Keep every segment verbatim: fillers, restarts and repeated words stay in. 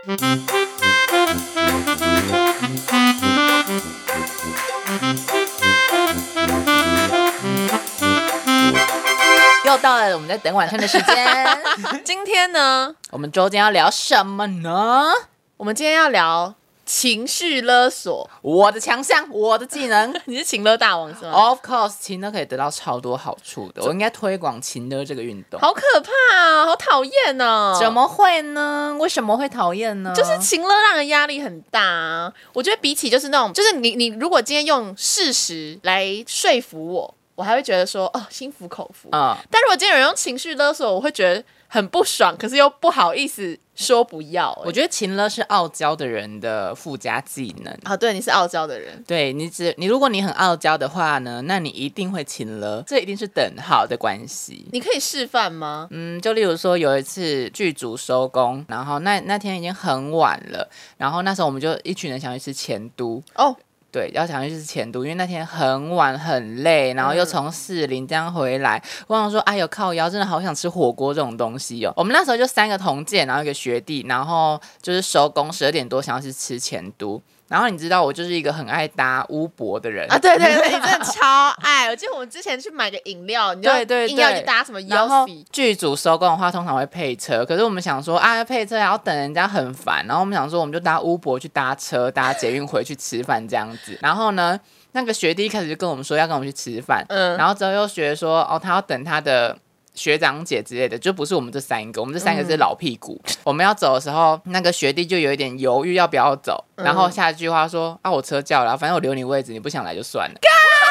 又到了我们在等晚餐的时间。 今天呢， 我们周间要聊什么呢？ 我们今天要聊情绪勒索。 我的强项，我的技能。 你是情勒大王是吗 ？Of course， 情勒可以得到超多好处的。我应该推广情勒这个运动。 好可怕啊，好讨厌哦！ 怎么会呢？为什么会讨厌呢？ 就是情勒让人压力很大啊。我觉得比起就是那种，就是你你如果今天用事实来说服我，我还会觉得说哦心服口服。嗯，但如果今天有人用情绪勒索，我会觉得很不爽，可是又不好意思说不要、欸。 我觉得情勒是傲娇的人的附加技能。 啊，对，你是傲娇的人。 对你只你如果你很傲娇的话呢，那你一定会情勒，这一定是等号的关系。 你可以示范吗？ 嗯，就例如说有一次剧组收工，然后那那天已经很晚了，然后那时候我们就一群人想去吃前都哦。对，要想去吃前都，因为那天很晚很累，然后又从士林这样回来，嗯、我想说，哎呦靠腰，真的好想吃火锅这种东西哦。我们那时候就三个同届，然后一个学弟，然后就是收工十二点多想要去吃前都。然后你知道我就是一个很爱搭乌博的人啊，对对对，你真的超爱。我记得我们之前去买个饮料，你就硬要去搭什么 Yosi。 剧组收工的话，通常会配车，可是我们想说啊，配车还要等人家很烦，然后我们想说，我们就搭乌博去搭车，搭捷运回去吃饭这样子。然后呢，那个学弟一开始就跟我们说要跟我们去吃饭，嗯，然后之后又学说哦，他要等他的学长姐之类的，就不是我们这三个，我们这三个是老屁股。嗯、我们要走的时候，那个学弟就有一点犹豫要不要走，嗯、然后下一句话说啊，我车叫了，反正我留你位置，你不想来就算了。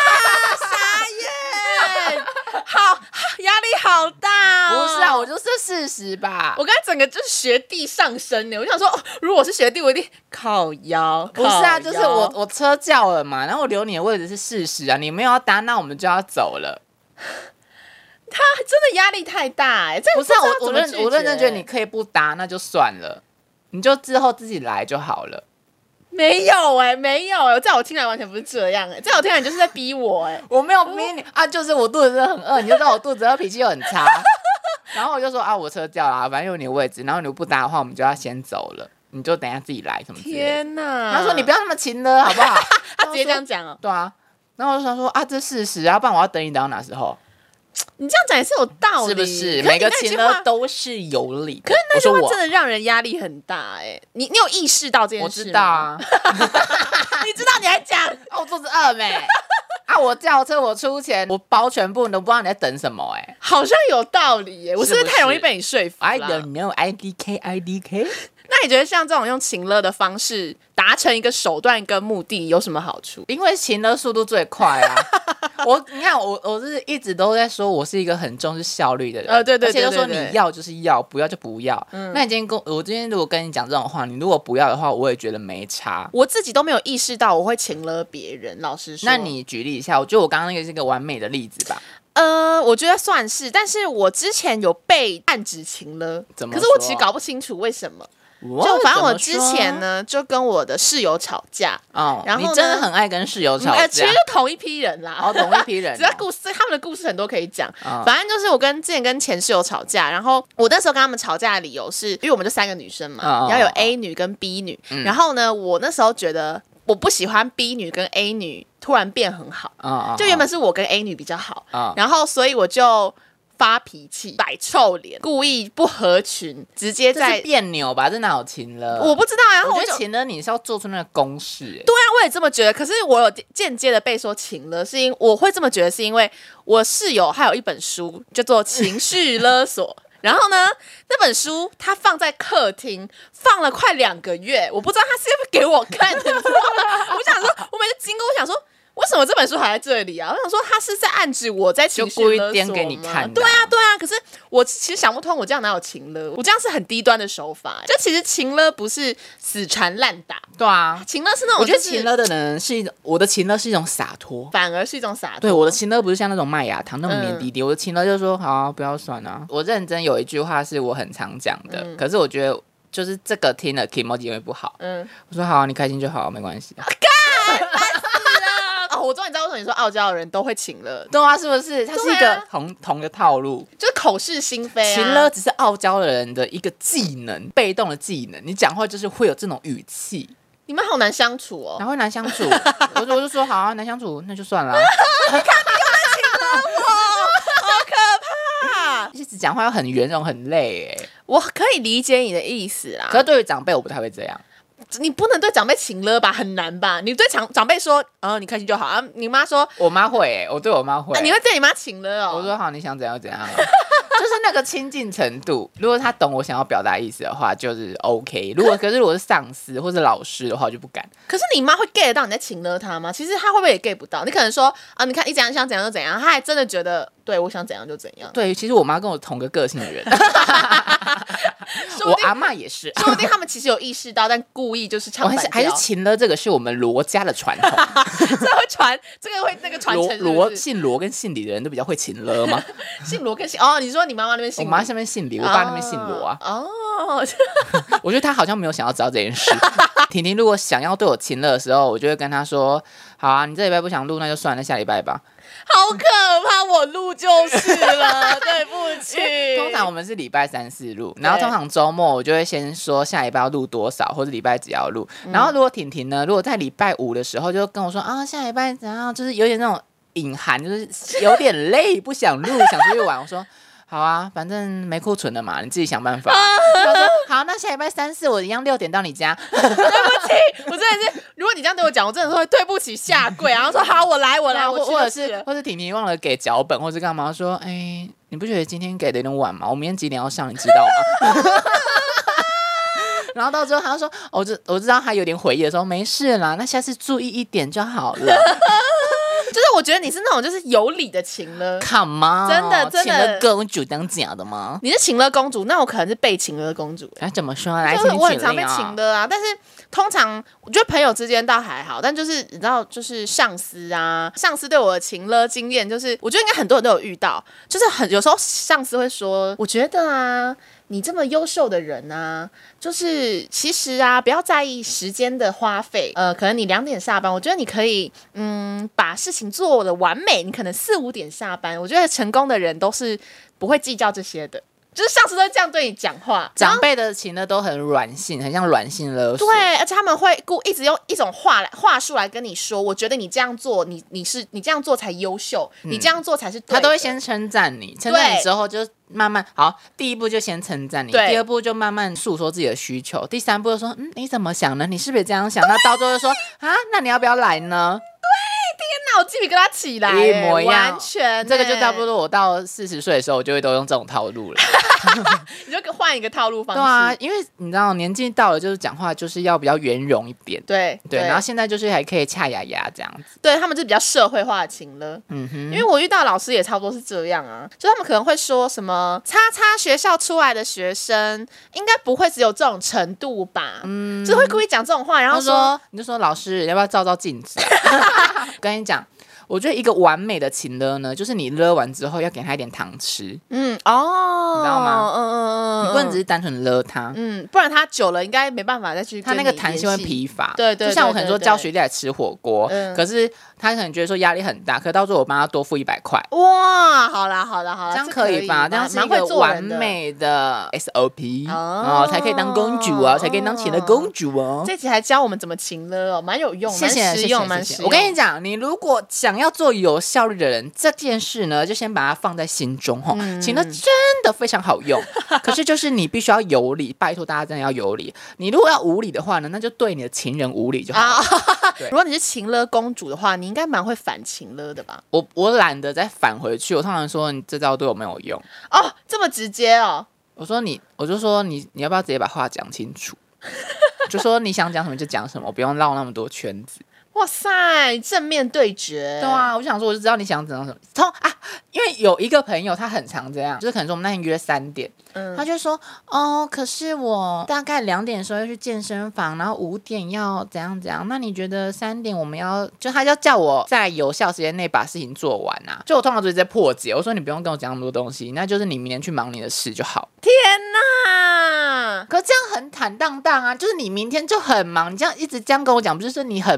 傻眼，好压力好大哦！ 不是啊，我就是事实吧。 我刚才整个就是学弟上身呢，我想说，哦，如果我是学弟，我一定靠腰。 不是啊，就是我我车叫了嘛，然后我留你的位置是事实啊，你没有要搭，那我们就要走了。 他真的压力太大哎、欸，这不是、啊、我我认我认真觉得你可以不搭，那就算了，你就之后自己来就好了。 没有哎、欸，没有哎、欸，在我听来完全不是这样哎、欸，在我听来你就是在逼我哎、欸， 我没有逼你啊，就是我肚子真的很饿，你就知道我肚子饿，脾气又很差，然后我就说啊，我车叫了，反正有你的位置，然后你不搭的话，我们就要先走了，你就等一下自己来什么之类的。 天哪！ 他说你不要那么勤了，好不好？ 他直接这样讲哦。 对啊，然后我就想说啊，这事实啊，不然我要等你等到哪时候？ 你这样讲也是有道理， 是不是？每个情勒都是有理。 可是那句话真的让人压力很大哎、欸！你你有意识到这件事吗？ 我知道啊， 你知道你还讲哦，我肚子饿没？啊，我叫车，我出钱，我包全部，你都不知道你在等什么哎、欸， 好像有道理耶、欸！我是不是太容易被你说服了 ？I don't know I D K I D K。 那你觉得像这种用情勒的方式达成一个手段跟目的有什么好处？ 因为情勒速度最快啊！我你看我我是一直都在说我是一个很重视效率的人， 呃对对对对对， 而且就说你要就是要，不要就不要。嗯、那你今天跟我今天如果跟你讲这种话，你如果不要的话，我也觉得没差。 我自己都没有意识到我会情勒别人，老实说。 那你举例一下，我觉得我刚刚那个是一个完美的例子吧。 呃，我觉得算是，但是我之前有被暗指情勒， 怎么？ 可是我其实搞不清楚为什么。就反正我之前呢，就跟我的室友吵架，哦，然后你真的很爱跟室友吵架， 嗯、其实就同一批人啦， 哦，同一批人、哦， 只要故事，他们的故事很多可以讲。哦、反正就是我跟之前跟前室友吵架，然后我那时候跟他们吵架的理由是，因为我们就三个女生嘛，哦、然后有 A 女跟 B 女，嗯、然后呢，我那时候觉得我不喜欢 B 女跟 A 女突然变很好，哦、就原本是我跟 A 女比较好，哦、然后所以我就。发脾气，摆臭脸，故意不合群，直接在这是别扭吧？这哪有情勒？ 我不知道啊。然后我觉得情勒你是要做出那个公式、欸。 对啊，我也这么觉得。可是我有间接的被说情勒，是因我会这么觉得，是因为我室友还有一本书叫做《情绪勒索》，然后呢，那本书它放在客厅放了快两个月，我不知道他是不是给我看的，你知道吗？我想说，我每次经过，我想说。为什么这本书还在这里啊？我想说他是在暗指我在情绪勒索吗？ 就故意颠给你看的、啊。 对啊，对啊。可是我其实想不通，我这样哪有情勒？我这样是很低端的手法。就其实情勒不是死缠烂打， 对啊， 情勒是那种、就是， 我觉得情勒的人是一种，我的情勒是一种洒脱， 反而是一种洒脱。 对，我的情勒不是像那种麦芽糖那么黏滴滴，嗯、我的情勒就是说好、啊，不要算啊。我认真有一句话是我很常讲的、嗯，可是我觉得就是这个听了 Kimoji 会不好。嗯，我说好、啊，你开心就好，没关系。 干，烦死了！ 我终于知道为什么你说傲娇的人都会情勒， 对啊，是不是？它是一个同、啊、同的套路， 就是口是心非、啊。 情勒只是傲娇的人的一个技能，被动的技能。你讲话就是会有这种语气， 你们好难相处哦。 哪会难相处？我就我就说好啊，难相处那就算了。 你看你又在情勒我，好可怕！ 一直讲话又很圆融，很累哎。 我可以理解你的意思啦， 可是对于长辈我不太会这样。 你不能对长辈情勒吧，很难吧？你对长长辈说，哦，你开心就好啊。你妈说， 我妈会、欸，我对我妈会、 啊，你会对你妈情勒哦？ 我说好，你想怎样怎样、啊，就是那个亲近程度。如果他懂我想要表达意思的话，就是 OK。如果可是如果是上司或者老师的话，我就不敢。 可是你妈会 get 到你在情勒她吗？其实她会不会也 get 不到？你可能说啊，你看你怎样想怎样就怎样，她还真的觉得对我想怎样就怎样。 对，其实我妈跟我同个个性的人。我阿嬷也是， 说不定他们其实有意识到，但故意就是唱反调。 还是情勒这个是我们罗家的传统， 这会传，这个会那个传承。 罗姓罗跟姓李的人都比较会情勒吗？ 姓罗跟姓哦，你说你妈妈那边姓李， 我妈那边姓李，我爸那边姓罗啊。 哦， 我觉得他好像没有想要知道这件事。婷婷如果想要对我情勒的时候，我就会跟他说：“好啊，你这礼拜不想录，那就算了，那下礼拜吧。” 好可怕，我录就是了，对不起。 通常我们是礼拜三四录，然后通常周末我就会先说下礼拜要录多少，或者礼拜几要录。嗯、然后如果婷婷呢，如果在礼拜五的时候就跟我说啊，下礼拜怎样，就是有点那种隐含，就是有点累，不想录，想出去玩。我说好啊，反正没库存的嘛，你自己想办法。他说好，那下礼拜三四我一样六点到你家。 对不起，我真的是，如果你这样对我讲，我真的是会对不起下跪，然后说好，我来，我来，我去。 或者是，或者婷婷忘了给脚本，或者干嘛说，哎，你不觉得今天给的有点晚吗？我明天几点要上，你知道吗？然后到最后他就说，哦、我知我知道他有点悔意的时候，没事啦，那下次注意一点就好了。 就是我觉得你是那种就是有理的情勒 ，Come on， 真的真的， 情勒公主当假的吗？ 你是情勒公主，那我可能是被情勒公主。 哎，怎么说？来， 就是我很常被情勒啊，但是通常我觉得朋友之间倒还好，但就是你知道，就是上司啊，上司对我的情勒经验，就是我觉得应该很多人都有遇到，就是很有时候上司会说，我觉得啊。你这么优秀的人啊，就是其实啊，不要在意时间的花费。呃，可能你两点下班，我觉得你可以，嗯，把事情做得完美。你可能四五点下班，我觉得成功的人都是不会计较这些的。就是上司都这样对你讲话， 长辈的情呢都很软性，很像软性勒索。 对，而且他们会故一直用一种话来话术来跟你说，我觉得你这样做，你你是你这样做才优秀，嗯、你这样做才是对的。 他都会先称赞你，称赞你之后就慢慢好，第一步就先称赞你，第二步就慢慢诉说自己的需求，第三步就说嗯你怎么想呢？你是不是也这样想？那到最后就说啊，那你要不要来呢？ 天哪，我鸡皮疙瘩起来， 一模一样， 完全这个就差不多。我到四十岁的时候，我就会都用这种套路了。 你就换一个套路方式。 对啊，因为你知道年纪到了，就是讲话就是要比较圆融一点。 对对, 对，然后现在就是还可以恰牙牙这样子。 对他们就比较社会化的情勒。嗯哼，因为我遇到老师也差不多是这样啊，就他们可能会说什么叉叉学校出来的学生应该不会只有这种程度吧？嗯，就会故意讲这种话，然后 说, 说你就说老师要不要照照镜子啊？跟你讲。我觉得一个完美的情勒呢，就是你勒完之后要给他一点糖吃。 嗯哦， 你知道吗？ 嗯嗯嗯， 你不能只是单纯勒他， 嗯，不然他久了应该没办法再去跟你联系。 他那个弹性会疲乏。 对 对, 对, 对, 对, 对， 就像我可能说叫学弟来吃火锅， 嗯、 可是他可能觉得说压力很大，可到最后我帮他多付一百块。 哇，好啦好啦好啦， 这样可以吧？这样是一个完美的 S O P 哦，才可以当公主啊，才可以当情勒公主哦。 这集还教我们怎么情勒哦，蛮有用， 谢谢实用，蛮实用。 我跟你讲，你如果想要做有效率的人，这件事呢，就先把它放在心中哈。嗯、情勒真的非常好用，可是就是你必须要有理，拜托大家真的要有理。你如果要无理的话呢，那就对你的情人无理就好了。啊、 如果你是情勒公主的话，你应该蛮会反情勒的吧？ 我我懒得再反回去，我通常说你这招对我没有用哦，这么直接哦。 我说你，我就说你，你要不要直接把话讲清楚？就说你想讲什么就讲什么，不用绕那么多圈子。 哇塞，正面对决。 对啊，我想说，我就知道你想怎样什么。从啊，因为有一个朋友他很常这样，就是可能说我们那天约三点，嗯，他就说哦，可是我大概两点的时候要去健身房，然后五点要怎样怎样。那你觉得三点我们要就他要叫我在有效时间内把事情做完啊？就我通常就直接破解，我说你不用跟我讲那么多东西，那就是你明天去忙你的事就好。 天哪！ 可是这样很坦荡荡啊，就是你明天就很忙，你这样一直这样跟我讲，不就是你很忙不想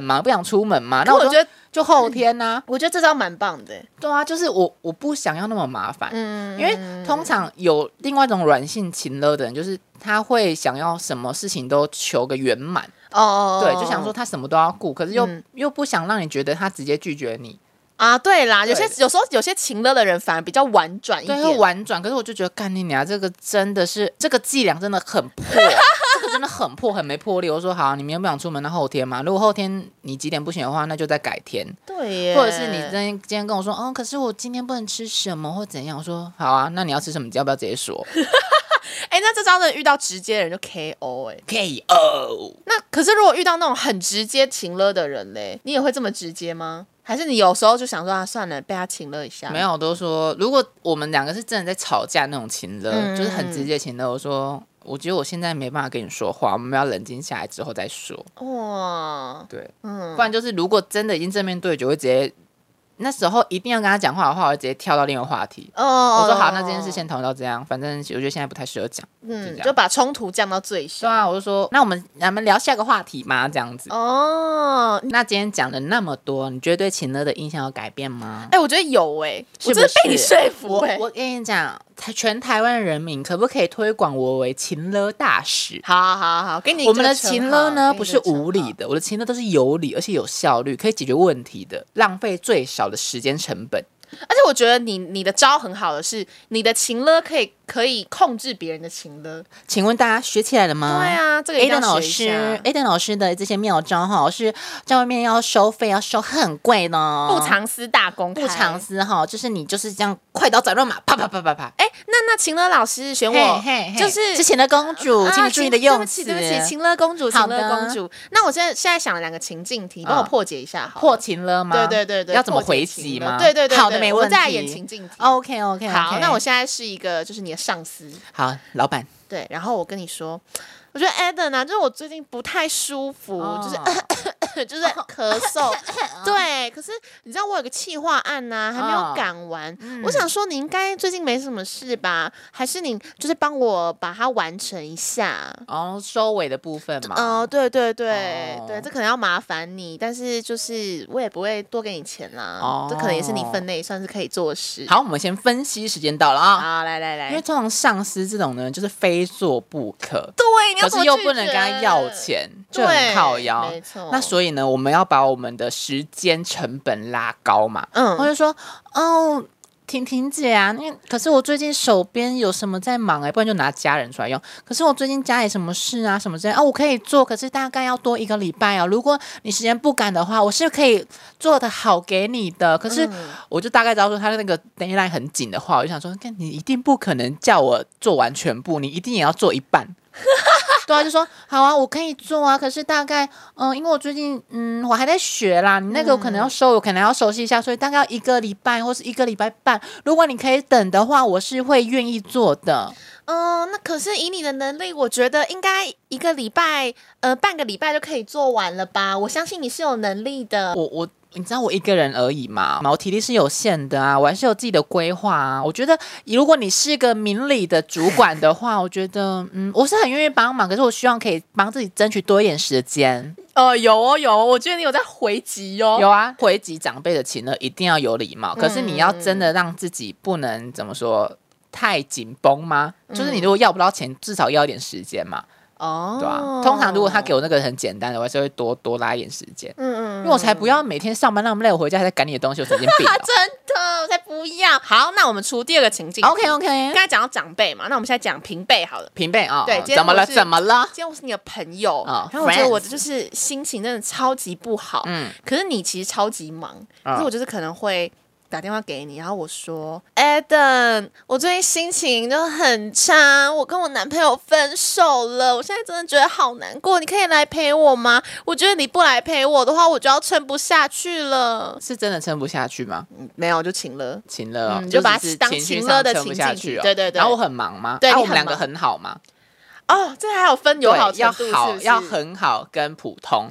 想出门吗？ 那我觉得就后天啊， 我觉得这招蛮棒的。 对啊，就是我我不想要那么麻烦，嗯，因为通常有另外一种软性情勒的人，就是他会想要什么事情都求个圆满哦，对，就想说他什么都要顾，可是又、嗯、又不想让你觉得他直接拒绝你。 啊，对啦，有些有时候有些情勒的人反而比较婉转一点， 对，婉转。可是我就觉得，干你娘，这个真的是这个伎俩真的很破，这个真的很破，很没魄力。我说好，你明天不想出门，那后天嘛。如果后天你几点不行的话，那就再改天。 对耶， 或者是你今天今天跟我说，哦，可是我今天不能吃什么或怎样。我说好啊，那你要吃什么？你要不要直接说？ 哎、欸，那这招真的遇到直接的人就 K O 哎、欸、 ，K O。 那可是如果遇到那种很直接情勒的人嘞，你也会这么直接吗？还是你有时候就想说啊，算了，被他情勒一下？ 没有，我都说，如果我们两个是真的在吵架那种情勒，嗯、就是很直接情勒，我说，我觉得我现在没办法跟你说话，我们要冷静下来之后再说。哇，对，嗯，不然就是如果真的已经正面对决，会直接。那时候一定要跟他讲话的话，我会直接跳到另一个话题。哦，我说好，那这件事先讨论到这样，反正我觉得现在不太适合讲。 嗯，就, 就把冲突降到最小。 对啊，我就说，那我们咱们聊下个话题嘛，这样子。哦，那今天讲了那么多，你觉得对情勒的印象有改变吗？ 哎、欸，我觉得有哎、欸，我真的被你说服哎、欸。 我跟你讲，全台湾人民可不可以推广我为情勒大使？ 好好好，给你我们的情勒呢，不是无理的，我的情勒都是有理，而且有效率，可以解决问题的，浪费最少的时间成本。 而且我觉得你你的招很好的是，你的情勒可以可以控制别人的情勒。 请问大家学起来了吗？ 对啊，这个一定要学一下。 Aiden 老师 Aiden 老师的这些妙招哈，是在外面要收费，要收很贵的， 不藏私大公开， 不藏私哈，就是你就是这样快刀斩乱麻，啪啪啪啪啪。 哎、欸，那那情勒老师选我， hey, hey, hey, 就是是情勒公主，请你注意的用词。 对不起，对不起，情勒公主，情勒公主。那我现在现在想了两个情境题，帮我破解一下好了。 破情勒吗？ 对对对对， 要怎么回击吗？ 对对对， 好的，没问题。 我再演情境题。 OK OK OK。 好，那我现在是一个就是你的上司。 好，老板。 对，然后我跟你说，我觉得 Aiden 啊，就是我最近不太舒服，哦、就是咳咳就是咳嗽。对，可是你知道我有个企划案呐、啊，还没有赶完。哦嗯、我想说你应该最近没什么事吧？还是你就是帮我把它完成一下？ 哦，收尾的部分嘛。 哦、呃，对对对、哦、对，这可能要麻烦你，但是就是我也不会多给你钱啦。哦，这可能也是你分内算是可以做的事。 好，我们先分析，时间到了啊。 好，来来来， 因为通常上司这种呢，就是非做不可。 对，你要可是又不能跟他要钱，就很靠腰。 没错。 那所以呢，我们要把我们的时间成本拉高嘛。嗯，我就说，哦，婷婷姐啊，那可是我最近手边有什么在忙哎、欸，不然就拿家人出来用。可是我最近家里什么事啊，什么之类啊，我可以做，可是大概要多一个礼拜哦。如果你时间不赶的话，我是可以做的好给你的。可是我就大概知道说他的那个 deadline 很紧的话，我就想说，你一定不可能叫我做完全部，你一定也要做一半。对啊，就说好啊，我可以做啊，可是大概嗯，因为我最近嗯，我还在学啦，你那个我可能要收，我可能要熟悉一下，所以大概要一个礼拜或是一个礼拜半。如果你可以等的话，我是会愿意做的。 嗯、呃，那可是以你的能力，我觉得应该一个礼拜呃半个礼拜就可以做完了吧？我相信你是有能力的。 我我。你知道我一个人而已嘛，我体力是有限的啊，我还是有自己的规划啊。我觉得如果你是个明理的主管的话，我觉得嗯，我是很愿意帮忙，可是我希望可以帮自己争取多一点时间。 哦、呃，有哦有哦，我觉得你有在回击哦。 有啊，回击长辈的情呢，一定要有礼貌。可是你要真的让自己不能怎么说太紧绷吗？嗯、就是你如果要不到钱，至少要一点时间嘛。哦，对啊，通常如果他给我那个很简单的，我还是会多多拉一点时间。嗯嗯，因为我才不要每天上班那么累，我回家还在赶你的东西，我神经病、哦。 真的，我才不要。好，那我们出第二个情境。 OK OK。 刚才讲到长辈嘛，那我们现在讲平辈好了。 平辈啊，哦、 对， 怎么了？怎么了？ 今天我是你的朋友，哦、然后我觉得我就是心情真的超级不好。嗯，可是你其实超级忙，可、哦、是我就是可能会。打电话给你，然后我说 Aiden 我最近心情就很差，我跟我男朋友分手了，我现在真的觉得好难过，你可以来陪我吗？我觉得你不来陪我的话，我就要撑不下去了。 是真的撑不下去吗？ 嗯、没有，就情勒情勒、哦嗯、 就把它当情勒的情境题、哦、对对对。 然后我很忙吗？ 对、啊、 我们两个很好吗？ 哦，这还有分友好程度是不是？ 要好要很好跟普通。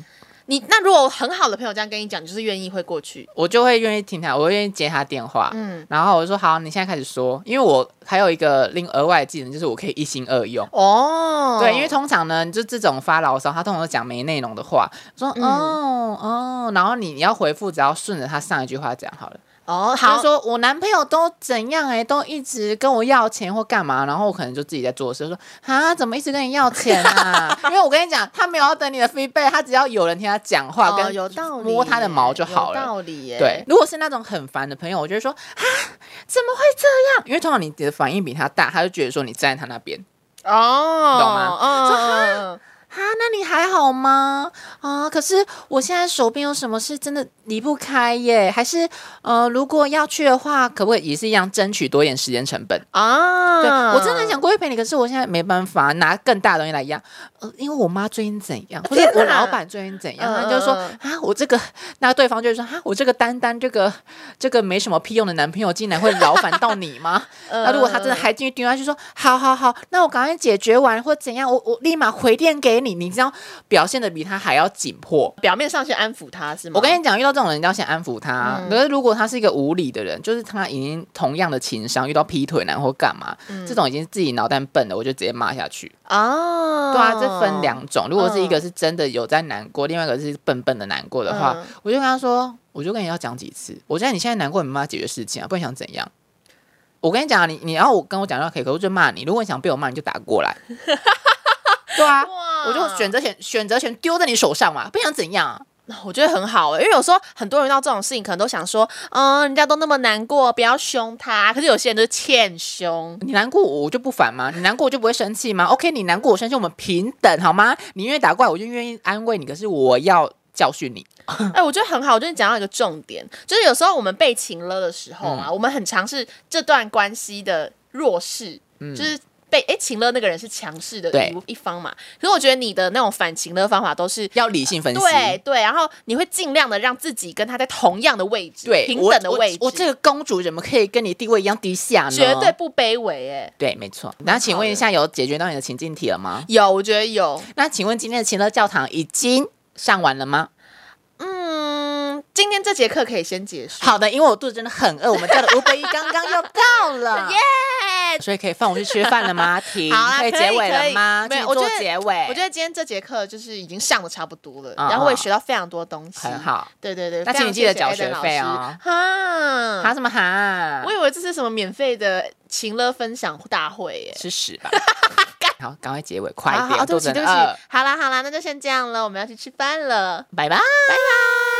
你那如果很好的朋友这样跟你讲，你就是愿意会过去， 我就会愿意听他，我会愿意接他电话，嗯，然后我就说好，你现在开始说，因为我还有一个另额外的技能，就是我可以一心二用哦。对，因为通常呢，就这种发牢骚，他通常都讲没内容的话，说、嗯、哦哦，然后你你要回复，只要顺着他上一句话讲好了。哦，好，就说我男朋友都怎样哎、欸，都一直跟我要钱或干嘛，然后我可能就自己在做事，说啊，怎么一直跟你要钱啊？因为我跟你讲，他没有要等你的 feedback， 他只要有人听他讲话，哦、跟有道理摸他的毛就好了。 有道理耶。 对，如果是那种很烦的朋友，我就会说啊，怎么会这样？因为通常你的反应比他大，他就觉得说你站在他那边，哦，懂吗？嗯、说啊。啊，那你还好吗？啊，可是我现在手边有什么事真的离不开耶？还是呃，如果要去的话，可不可以也是一样争取多一点时间成本啊？对，我真的很想过去陪你，可是我现在没办法拿更大的东西来压。呃，因为我妈最近怎样，或者我老板最近怎样，他就说啊，我这个，那对方就会说啊，我这个单单这个这个没什么屁用的男朋友，竟然会劳烦到你吗？那如果他真的还继续丢下去说，好好好，那我赶快解决完或怎样，我我立马回电给你。你你知道表现的比他还要紧迫， 表面上先安抚他是吗？ 我跟你讲，遇到这种人你要先安抚他。可、嗯、是如果他是一个无理的人，就是他已经同样的情商，遇到劈腿男或干嘛、嗯，这种已经自己脑袋笨了，我就直接骂下去。哦，对啊，这分两种。如果是一个是真的有在难过，嗯、另外一个是笨笨的难过的话，嗯、我就跟他说，我就跟你要讲几次，我觉得你现在难过，你没办法解决事情啊，不然想怎样？我跟你讲，你你要我跟我讲就可以，可是我就骂你。如果你想被我骂，你就打过来。对啊，我就选择权选择权丢在你手上嘛，不想怎样啊？ 我觉得很好哎、欸，因为有时候很多人遇到这种事情，可能都想说，嗯，人家都那么难过，不要凶他。可是有些人就是欠凶。 你难过我就不烦吗？你难过我就不会生气吗 ？OK， 你难过我生气，我们平等好吗？你愿意打过来，我就愿意安慰你。可是我要教训你。 哎、欸，我觉得很好，我觉得你讲到一个重点，就是有时候我们被情勒的时候啊，嗯、我们很常是这段关系的弱势，嗯、就是。被哎情勒那个人是强势的一方嘛，可是我觉得你的那种反情勒方法都是要理性分析， 对对，然后你会尽量的让自己跟他在同样的位置， 对， 平等的位置。 我, 我, 我这个公主怎么可以跟你地位一样低下呢？ 绝对不卑微哎、欸。 对，没错。那请问一下，有解决到你的情境题了吗？ 有，我觉得有。 那请问今天的情勒教堂已经上完了吗？ 嗯，今天这节课可以先结束。 好的，因为我肚子真的很饿，我们家的五百一刚刚又到了， 耶！ 所以可以放我去吃饭了吗？停，可以结尾了吗？ 没有，我觉得结尾。 我觉得今天这节课就是已经上的差不多了，嗯、然后我也学到非常多东西， 很好。 对对对， 那请你记得缴学费哦。 哈， 哈什么哈？ 我以为这是什么免费的情勒分享大会耶， 吃屎吧！好，赶快结尾，快一点， 好好对不起对不起。好啦好啦，那就先这样了，我们要去吃饭了， 拜拜拜拜。